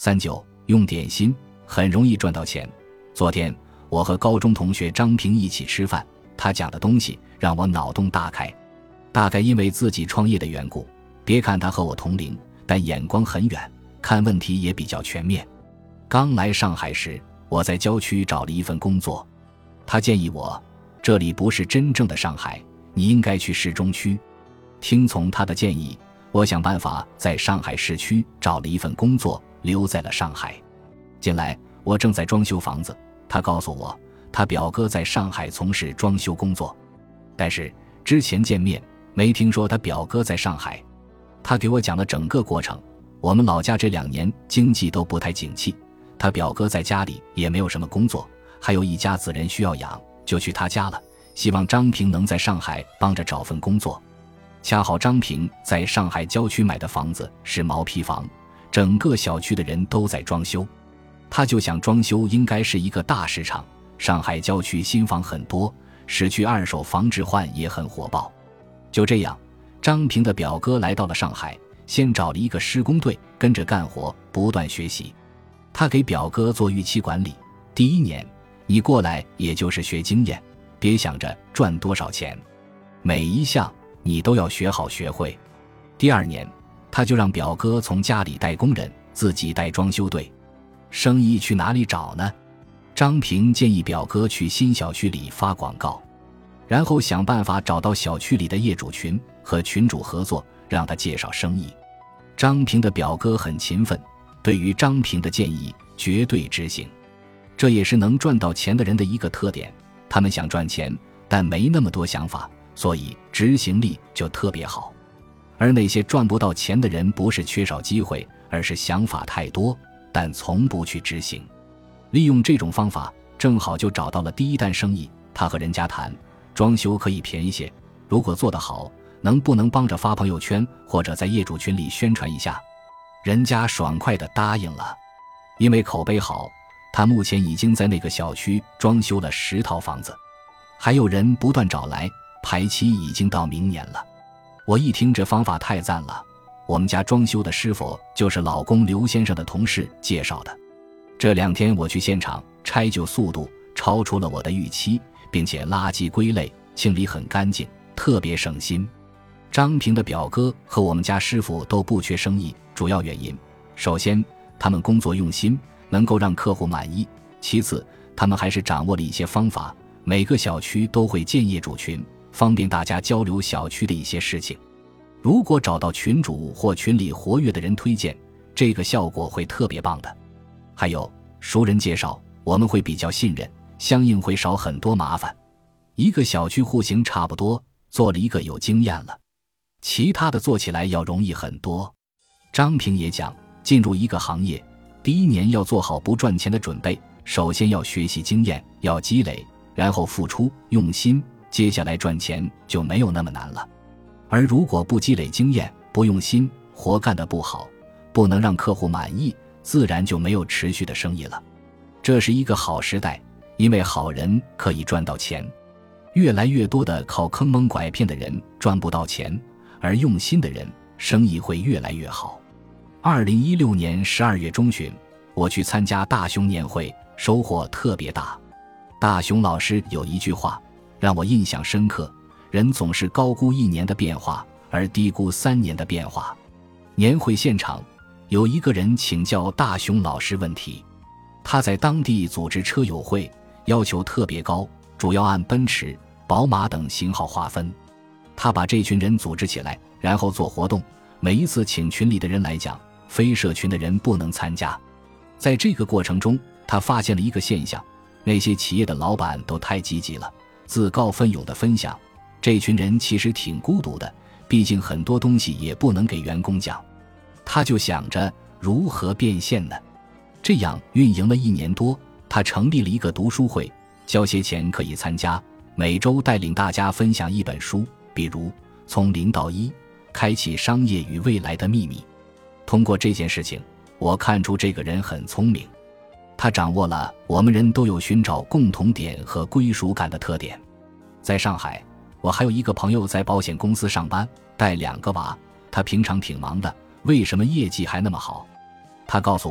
39用点心很容易赚到钱。昨天我和高中同学张平一起吃饭，他讲的东西让我脑洞大开。大概因为自己创业的缘故，别看他和我同龄，但眼光很远，看问题也比较全面。刚来上海时，我在郊区找了一份工作，他建议我，这里不是真正的上海，你应该去市中区。听从他的建议，我想办法在上海市区找了一份工作，留在了上海。近来我正在装修房子，他告诉我他表哥在上海从事装修工作，但是之前见面没听说他表哥在上海。他给我讲了整个过程，我们老家这2年经济都不太景气，他表哥在家里也没有什么工作，还有一家子人需要养，就去他家了，希望张平能在上海帮着找份工作。恰好张平在上海郊区买的房子是毛坯房，整个小区的人都在装修，他就想装修应该是一个大市场，上海郊区新房很多，市区二手房置换也很火爆。就这样，张平的表哥来到了上海，先找了一个施工队跟着干活，不断学习。他给表哥做预期管理，第1年你过来也就是学经验，别想着赚多少钱，每一项你都要学好学会。第2年他就让表哥从家里带工人，自己带装修队。生意去哪里找呢？张平建议表哥去新小区里发广告，然后想办法找到小区里的业主群，和群主合作，让他介绍生意。张平的表哥很勤奋，对于张平的建议绝对执行，这也是能赚到钱的人的一个特点，他们想赚钱，但没那么多想法，所以执行力就特别好。而那些赚不到钱的人，不是缺少机会，而是想法太多，但从不去执行。利用这种方法，正好就找到了第1单生意。他和人家谈，装修可以便宜些，如果做得好，能不能帮着发朋友圈，或者在业主群里宣传一下？人家爽快地答应了。因为口碑好，他目前已经在那个小区装修了10套房子，还有人不断找来，排期已经到明年了。我一听这方法太赞了，我们家装修的师傅就是老公刘先生的同事介绍的。这2天我去现场，拆旧速度超出了我的预期，并且垃圾归类清理很干净，特别省心。张平的表哥和我们家师傅都不缺生意，主要原因，首先他们工作用心，能够让客户满意，其次他们还是掌握了一些方法，每个小区都会建业主群，方便大家交流小区的一些事情。如果找到群主或群里活跃的人推荐，这个效果会特别棒的。还有熟人介绍，我们会比较信任，相应会少很多麻烦。一个小区户型差不多，做了一个有经验了，其他的做起来要容易很多。张平也讲，进入一个行业，第1年要做好不赚钱的准备，首先要学习经验，要积累，然后付出用心，接下来赚钱就没有那么难了。而如果不积累经验，不用心，活干得不好，不能让客户满意，自然就没有持续的生意了。这是一个好时代，因为好人可以赚到钱。越来越多的靠坑蒙拐骗的人赚不到钱，而用心的人生意会越来越好。2016年12月中旬，我去参加大熊年会，收获特别大。大熊老师有一句话让我印象深刻，人总是高估1年的变化，而低估3年的变化。年会现场有一个人请教大熊老师问题，他在当地组织车友会，要求特别高，主要按奔驰、宝马等型号划分。他把这群人组织起来，然后做活动，每一次请群里的人来讲，非社群的人不能参加。在这个过程中，他发现了一个现象，那些企业的老板都太积极了，自告奋勇地分享，这群人其实挺孤独的，毕竟很多东西也不能给员工讲。他就想着如何变现呢？这样运营了1年多，他成立了一个读书会，交些钱可以参加，每周带领大家分享一本书，比如《从0到1：开启商业与未来的秘密》。通过这件事情，我看出这个人很聪明，他掌握了我们人都有寻找共同点和归属感的特点。在上海，我还有一个朋友在保险公司上班，带2个娃，他平常挺忙的，为什么业绩还那么好？他告诉我，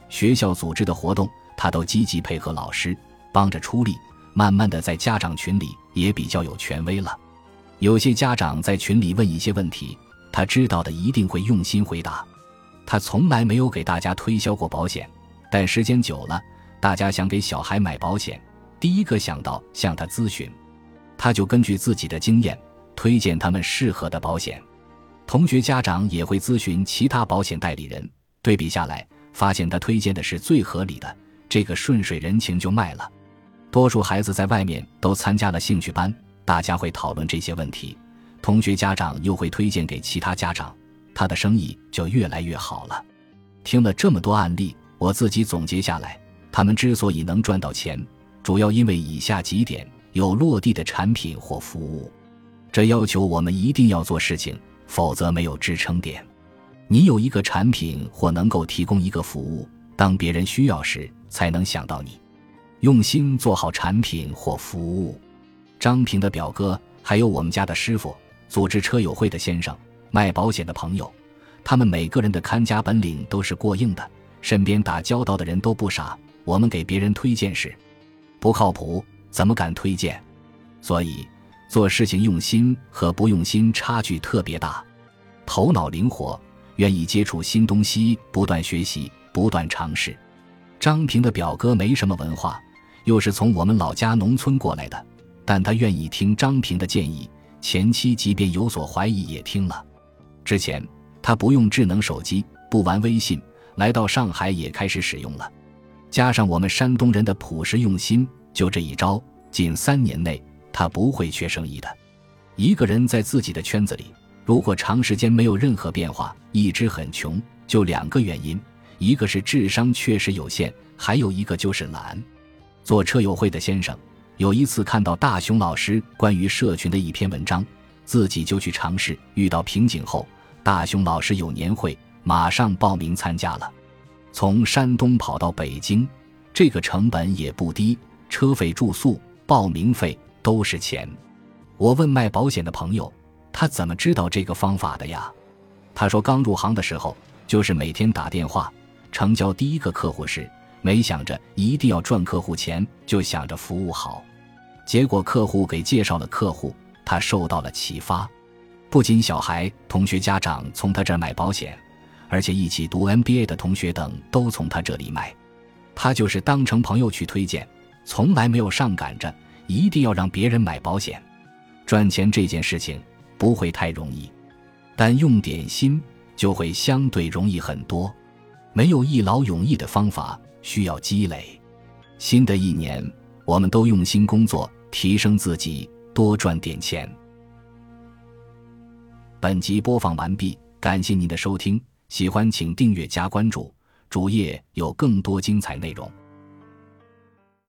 学校组织的活动，他都积极配合老师，帮着出力，慢慢的在家长群里也比较有权威了。有些家长在群里问一些问题，他知道的一定会用心回答。他从来没有给大家推销过保险，但时间久了，大家想给小孩买保险，第一个想到向他咨询，他就根据自己的经验推荐他们适合的保险。同学家长也会咨询其他保险代理人，对比下来发现他推荐的是最合理的，这个顺水人情就卖了。多数孩子在外面都参加了兴趣班，大家会讨论这些问题，同学家长又会推荐给其他家长，他的生意就越来越好了。听了这么多案例，我自己总结下来，他们之所以能赚到钱，主要因为以下几点：有落地的产品或服务。这要求我们一定要做事情，否则没有支撑点。你有一个产品或能够提供一个服务，当别人需要时才能想到你。用心做好产品或服务。张平的表哥，还有我们家的师傅，组织车友会的先生，卖保险的朋友，他们每个人的看家本领都是过硬的，身边打交道的人都不傻，我们给别人推荐时不靠谱，怎么敢推荐？所以做事情用心和不用心差距特别大。头脑灵活，愿意接触新东西，不断学习，不断尝试。张平的表哥没什么文化，又是从我们老家农村过来的，但他愿意听张平的建议，前期即便有所怀疑也听了。之前他不用智能手机，不玩微信，来到上海也开始使用了。加上我们山东人的朴实用心，就这一招，仅3年内他不会缺生意的。一个人在自己的圈子里，如果长时间没有任何变化，一直很穷，就2个原因，一个是智商确实有限，还有一个就是懒。做车友会的先生有一次看到大熊老师关于社群的一篇文章，自己就去尝试，遇到瓶颈后，大熊老师有年会，马上报名参加了。从山东跑到北京，这个成本也不低，车费、住宿、报名费都是钱。我问卖保险的朋友，他怎么知道这个方法的呀？他说刚入行的时候，就是每天打电话，成交第一个客户时，没想着一定要赚客户钱，就想着服务好。结果客户给介绍了客户，他受到了启发。不仅小孩、同学家长从他这儿买保险，而且一起读 MBA 的同学等都从他这里买。他就是当成朋友去推荐，从来没有上赶着一定要让别人买保险。赚钱这件事情不会太容易，但用点心就会相对容易很多。没有一劳永逸的方法，需要积累。新的一年，我们都用心工作，提升自己，多赚点钱。本集播放完毕，感谢您的收听，喜欢请订阅加关注，主页有更多精彩内容。